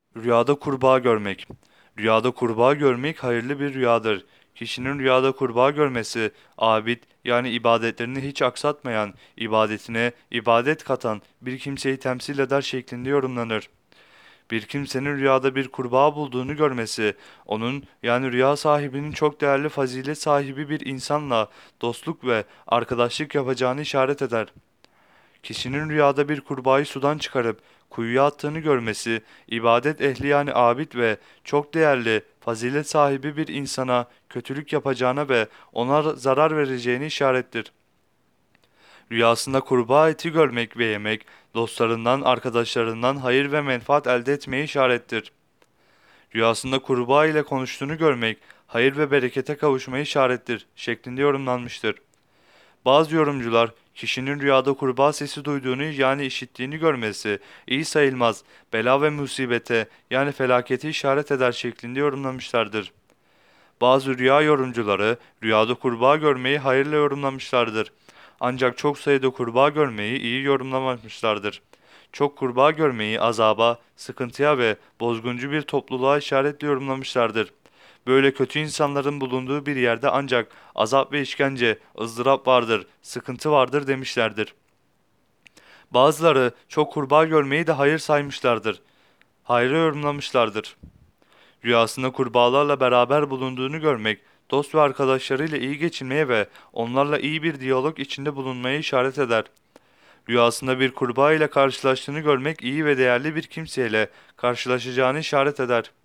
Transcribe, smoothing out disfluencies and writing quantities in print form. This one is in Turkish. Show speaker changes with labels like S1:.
S1: Rüyada kurbağa görmek. Rüyada kurbağa görmek hayırlı bir rüyadır. Kişinin rüyada kurbağa görmesi, abid yani ibadetlerini hiç aksatmayan, ibadetine ibadet katan bir kimseyi temsil eder şeklinde yorumlanır. Bir kimsenin rüyada bir kurbağa bulduğunu görmesi, onun yani rüya sahibinin çok değerli fazilet sahibi bir insanla dostluk ve arkadaşlık yapacağını işaret eder. Kişinin rüyada bir kurbağayı sudan çıkarıp kuyuya attığını görmesi, ibadet ehli yani abid ve çok değerli, fazilet sahibi bir insana kötülük yapacağına ve ona zarar vereceğini işarettir. Rüyasında kurbağa eti görmek ve yemek, dostlarından, arkadaşlarından hayır ve menfaat elde etmeye işarettir. Rüyasında kurbağa ile konuştuğunu görmek, hayır ve berekete kavuşmayı işarettir şeklinde yorumlanmıştır. Bazı yorumcular kişinin rüyada kurbağa sesi duyduğunu yani işittiğini görmesi iyi sayılmaz, bela ve musibete yani felaketi işaret eder şeklinde yorumlamışlardır. Bazı rüya yorumcuları rüyada kurbağa görmeyi hayırla yorumlamışlardır. Ancak çok sayıda kurbağa görmeyi iyi yorumlamamışlardır. Çok kurbağa görmeyi azaba, sıkıntıya ve bozguncu bir topluluğa işaretle yorumlamışlardır. Böyle kötü insanların bulunduğu bir yerde ancak azap ve işkence, ızdırap vardır, sıkıntı vardır demişlerdir. Bazıları çok kurbağa görmeyi de hayır saymışlardır. Hayra yorumlamışlardır. Rüyasında kurbağalarla beraber bulunduğunu görmek, dost ve arkadaşlarıyla iyi geçinmeye ve onlarla iyi bir diyalog içinde bulunmaya işaret eder. Rüyasında bir kurbağa ile karşılaştığını görmek iyi ve değerli bir kimseyle karşılaşacağını işaret eder.